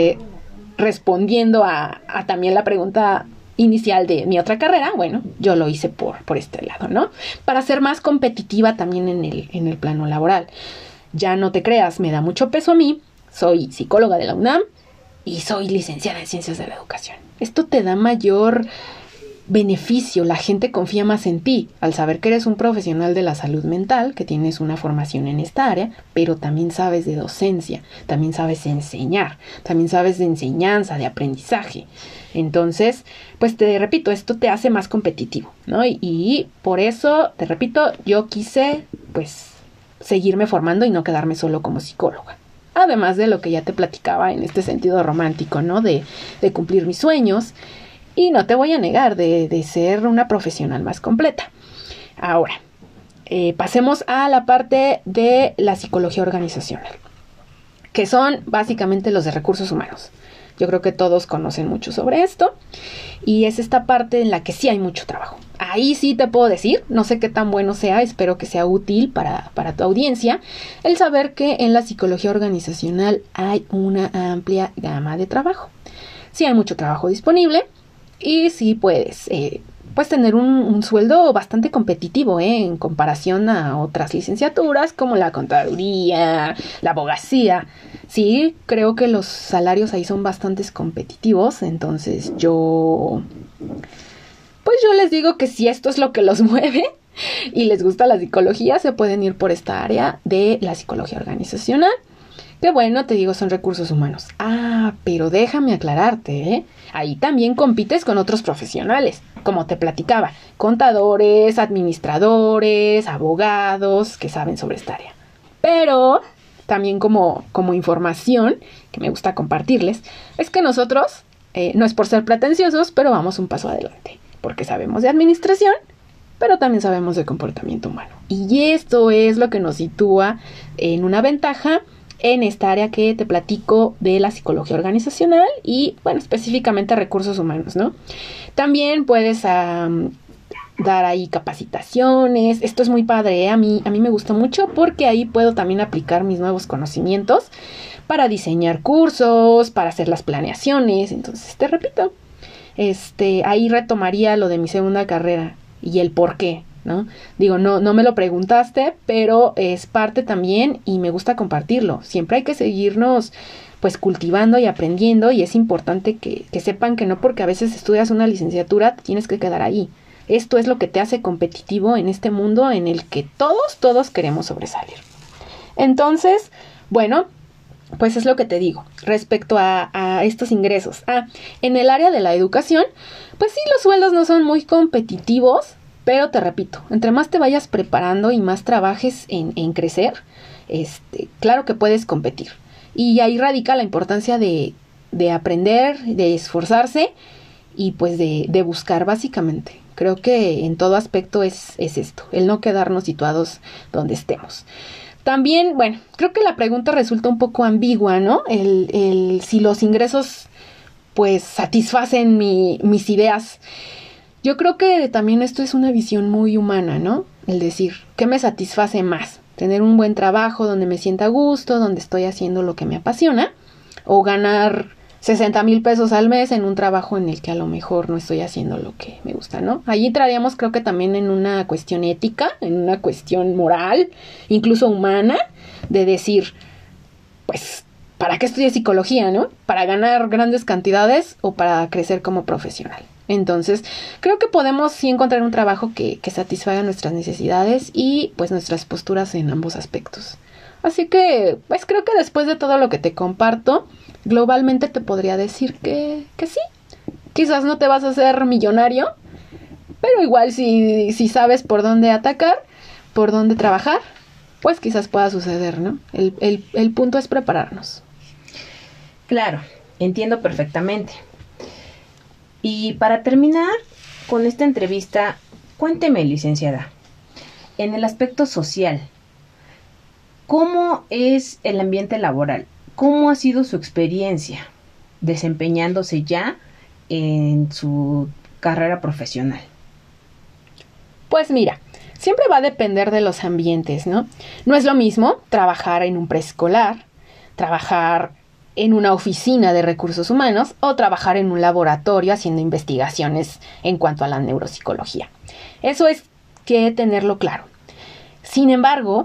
respondiendo a también la pregunta inicial de mi otra carrera, bueno, yo lo hice por este lado, ¿no? Para ser más competitiva también en el plano laboral. Ya no te creas, me da mucho peso a mí, soy psicóloga de la UNAM, y soy licenciada en Ciencias de la Educación. Esto te da mayor beneficio, la gente confía más en ti al saber que eres un profesional de la salud mental, que tienes una formación en esta área, pero también sabes de docencia, también sabes enseñar, también sabes de enseñanza, de aprendizaje. Entonces, pues te repito, esto te hace más competitivo, ¿no? Y por eso, te repito, yo quise pues seguirme formando y no quedarme solo como psicóloga. Además de lo que ya te platicaba en este sentido romántico, ¿no? De cumplir mis sueños. Y no te voy a negar de ser una profesional más completa. Ahora, pasemos a la parte de la psicología organizacional, que son básicamente los de recursos humanos. Yo creo que todos conocen mucho sobre esto. Y es esta parte en la que sí hay mucho trabajo. Ahí sí te puedo decir, no sé qué tan bueno sea, espero que sea útil para tu audiencia, el saber que en la psicología organizacional hay una amplia gama de trabajo. Sí hay mucho trabajo disponible y sí puedes tener un sueldo bastante competitivo en comparación a otras licenciaturas como la contaduría, la abogacía. Sí, creo que los salarios ahí son bastante competitivos, entonces yo les digo que si esto es lo que los mueve y les gusta la psicología, se pueden ir por esta área de la psicología organizacional. Que bueno, te digo, son recursos humanos. Ah, pero déjame aclararte, ahí también compites con otros profesionales, como te platicaba, contadores, administradores, abogados que saben sobre esta área. Pero también como información que me gusta compartirles, es que nosotros, no es por ser pretenciosos, pero vamos un paso adelante, porque sabemos de administración, pero también sabemos de comportamiento humano. Y esto es lo que nos sitúa en una ventaja en esta área que te platico de la psicología organizacional y, bueno, específicamente recursos humanos, ¿no? También puedes dar ahí capacitaciones. Esto es muy padre, a mí me gusta mucho porque ahí puedo también aplicar mis nuevos conocimientos para diseñar cursos, para hacer las planeaciones. Entonces, te repito, ahí retomaría lo de mi segunda carrera y el por qué, ¿no? Digo, no me lo preguntaste, pero es parte también y me gusta compartirlo. Siempre hay que seguirnos pues cultivando y aprendiendo y es importante que sepan que no porque a veces estudias una licenciatura te tienes que quedar ahí. Esto es lo que te hace competitivo en este mundo en el que todos queremos sobresalir. Entonces, bueno, pues es lo que te digo respecto a estos ingresos. En el área de la educación, pues sí, los sueldos no son muy competitivos, pero te repito, entre más te vayas preparando y más trabajes en crecer, claro que puedes competir. Y ahí radica la importancia de aprender, de esforzarse y pues de buscar básicamente. Creo que en todo aspecto es esto, el no quedarnos situados donde estemos. También, bueno, creo que la pregunta resulta un poco ambigua, ¿no? Si los ingresos pues satisfacen mis ideas. Yo creo que también esto es una visión muy humana, ¿no? El decir, ¿qué me satisface más? Tener un buen trabajo donde me sienta a gusto, donde estoy haciendo lo que me apasiona, o ganar 60,000 pesos al mes en un trabajo en el que a lo mejor no estoy haciendo lo que me gusta, ¿no? Allí entraríamos creo que también en una cuestión ética, en una cuestión moral, incluso humana, de decir, pues, ¿para qué estudié psicología, no? ¿Para ganar grandes cantidades o para crecer como profesional? Entonces, creo que podemos sí encontrar un trabajo que satisfaga nuestras necesidades y pues nuestras posturas en ambos aspectos. Así que, pues creo que después de todo lo que te comparto, globalmente te podría decir que sí. Quizás no te vas a hacer millonario, pero igual si sabes por dónde atacar, por dónde trabajar, pues quizás pueda suceder, ¿no? El punto es prepararnos. Claro, entiendo perfectamente. Y para terminar con esta entrevista, cuénteme, licenciada, en el aspecto social, ¿cómo es el ambiente laboral? ¿Cómo ha sido su experiencia desempeñándose ya en su carrera profesional? Pues mira, siempre va a depender de los ambientes, ¿no? No es lo mismo trabajar en un preescolar, trabajar en una oficina de recursos humanos o trabajar en un laboratorio haciendo investigaciones en cuanto a la neuropsicología. Eso es que tenerlo claro. Sin embargo,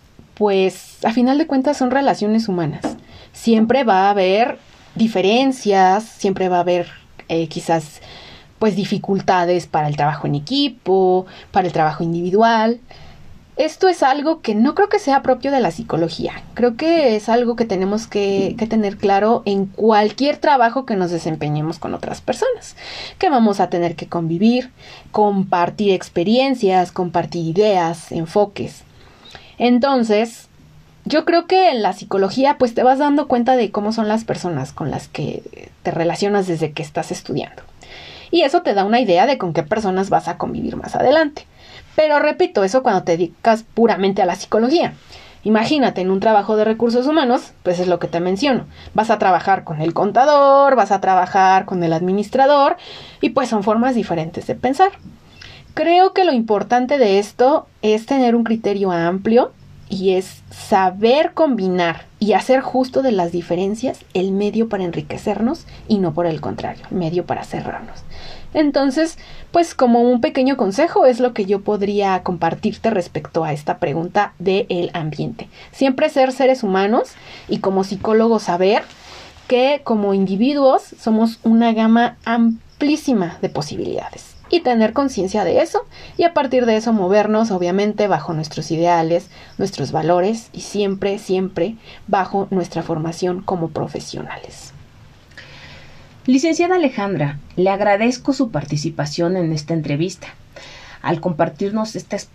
pues a final de cuentas son relaciones humanas. Siempre va a haber diferencias, siempre va a haber quizás pues dificultades para el trabajo en equipo, para el trabajo individual. Esto es algo que no creo que sea propio de la psicología. Creo que es algo que tenemos que tener claro en cualquier trabajo que nos desempeñemos con otras personas. Que vamos a tener que convivir, compartir experiencias, compartir ideas, enfoques. Entonces, yo creo que en la psicología pues te vas dando cuenta de cómo son las personas con las que te relacionas desde que estás estudiando. Y eso te da una idea de con qué personas vas a convivir más adelante. Pero repito, eso cuando te dedicas puramente a la psicología. Imagínate, en un trabajo de recursos humanos, pues es lo que te menciono. Vas a trabajar con el contador, vas a trabajar con el administrador y pues son formas diferentes de pensar. Creo que lo importante de esto es tener un criterio amplio y es saber combinar y hacer justo de las diferencias el medio para enriquecernos y no por el contrario, el medio para cerrarnos. Entonces, pues como un pequeño consejo es lo que yo podría compartirte respecto a esta pregunta del ambiente. Siempre ser seres humanos y como psicólogos saber que como individuos somos una gama amplísima de posibilidades. Y tener conciencia de eso y a partir de eso movernos obviamente bajo nuestros ideales, nuestros valores y siempre, siempre bajo nuestra formación como profesionales. Licenciada Alejandra, le agradezco su participación en esta entrevista, al compartirnos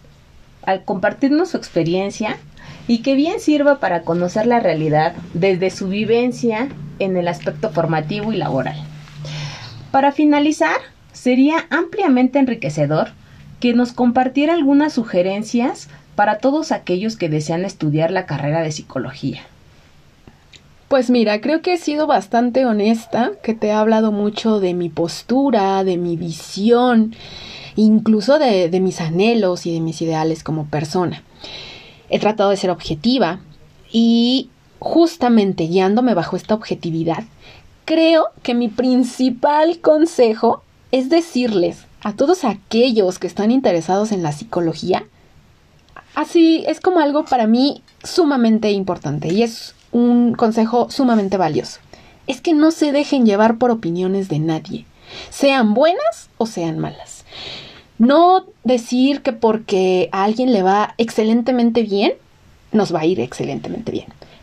su experiencia y que bien sirva para conocer la realidad desde su vivencia en el aspecto formativo y laboral. Para finalizar, sería ampliamente enriquecedor que nos compartiera algunas sugerencias para todos aquellos que desean estudiar la carrera de psicología. Pues mira, creo que he sido bastante honesta, que te he hablado mucho de mi postura, de mi visión, incluso de mis anhelos y de mis ideales como persona. He tratado de ser objetiva y justamente guiándome bajo esta objetividad, creo que mi principal consejo es decirles a todos aquellos que están interesados en la psicología, así es como algo para mí sumamente importante y es un consejo sumamente valioso. Es que no se dejen llevar por opiniones de nadie, sean buenas o sean malas. No decir que porque a alguien le va excelentemente bien, nos va a ir excelentemente bien.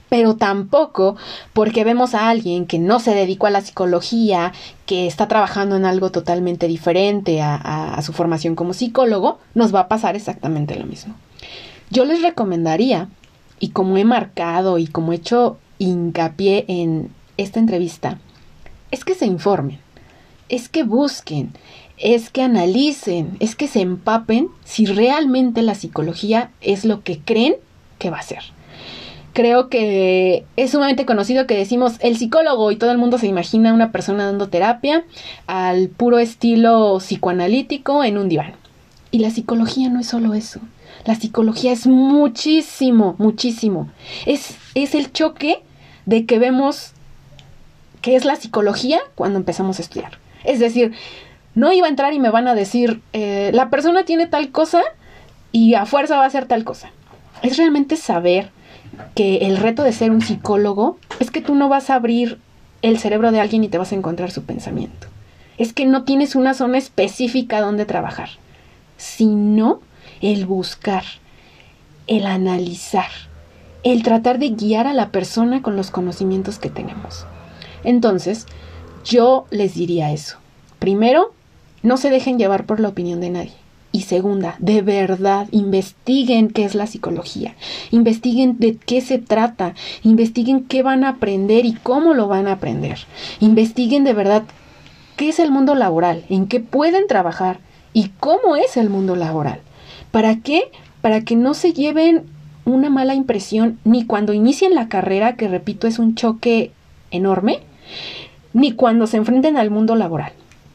pero tampoco porque vemos a alguien que no se dedicó a la psicología, que está trabajando en algo totalmente diferente a su formación como psicólogo, nos va a pasar exactamente lo mismo. Yo les recomendaría, y como he marcado y como he hecho hincapié en esta entrevista, es que se informen, es que busquen, es que analicen, es que se empapen si realmente la psicología es lo que creen que va a ser. Creo que es sumamente conocido que decimos el psicólogo y todo el mundo se imagina a una persona dando terapia al puro estilo psicoanalítico en un diván. Y la psicología no es solo eso. La psicología es muchísimo, muchísimo. Es el choque de que vemos qué es la psicología cuando empezamos a estudiar. Es decir, no iba a entrar y me van a decir, la persona tiene tal cosa y a fuerza va a hacer tal cosa. Es realmente saber que el reto de ser un psicólogo es que tú no vas a abrir el cerebro de alguien y te vas a encontrar su pensamiento. Es que no tienes una zona específica donde trabajar, sino el buscar, el analizar, el tratar de guiar a la persona con los conocimientos que tenemos. Entonces, yo les diría eso. Primero, no se dejen llevar por la opinión de nadie. Y segunda, de verdad, investiguen qué es la psicología, investiguen de qué se trata, investiguen qué van a aprender y cómo lo van a aprender. Investiguen de verdad qué es el mundo laboral, en qué pueden trabajar y cómo es el mundo laboral. ¿Para qué? Para que no se lleven una mala impresión ni cuando inicien la carrera, que repito es un choque enorme, ni cuando se enfrenten al mundo laboral.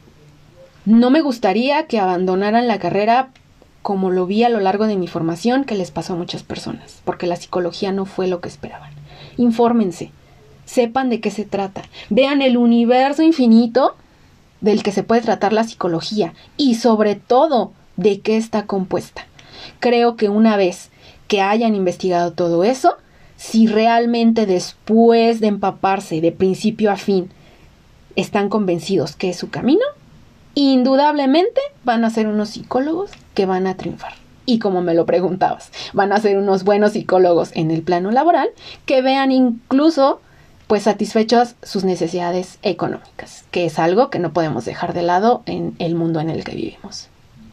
No me gustaría que abandonaran la carrera como lo vi a lo largo de mi formación, que les pasó a muchas personas, porque la psicología no fue lo que esperaban. Infórmense, sepan de qué se trata, vean el universo infinito del que se puede tratar la psicología y sobre todo de qué está compuesta. Creo que una vez que hayan investigado todo eso, si realmente después de empaparse de principio a fin están convencidos que es su camino, indudablemente van a ser unos psicólogos que van a triunfar. Y como me lo preguntabas, van a ser unos buenos psicólogos en el plano laboral que vean incluso pues satisfechas sus necesidades económicas, que es algo que no podemos dejar de lado en el mundo en el que vivimos.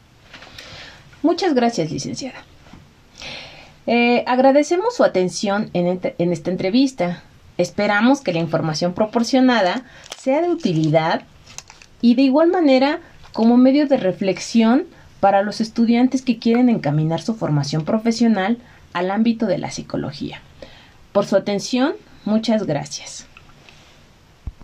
Muchas gracias, licenciada. Agradecemos su atención en esta entrevista. Esperamos que la información proporcionada sea de utilidad y de igual manera como medio de reflexión para los estudiantes que quieren encaminar su formación profesional al ámbito de la psicología. Por su atención, muchas gracias.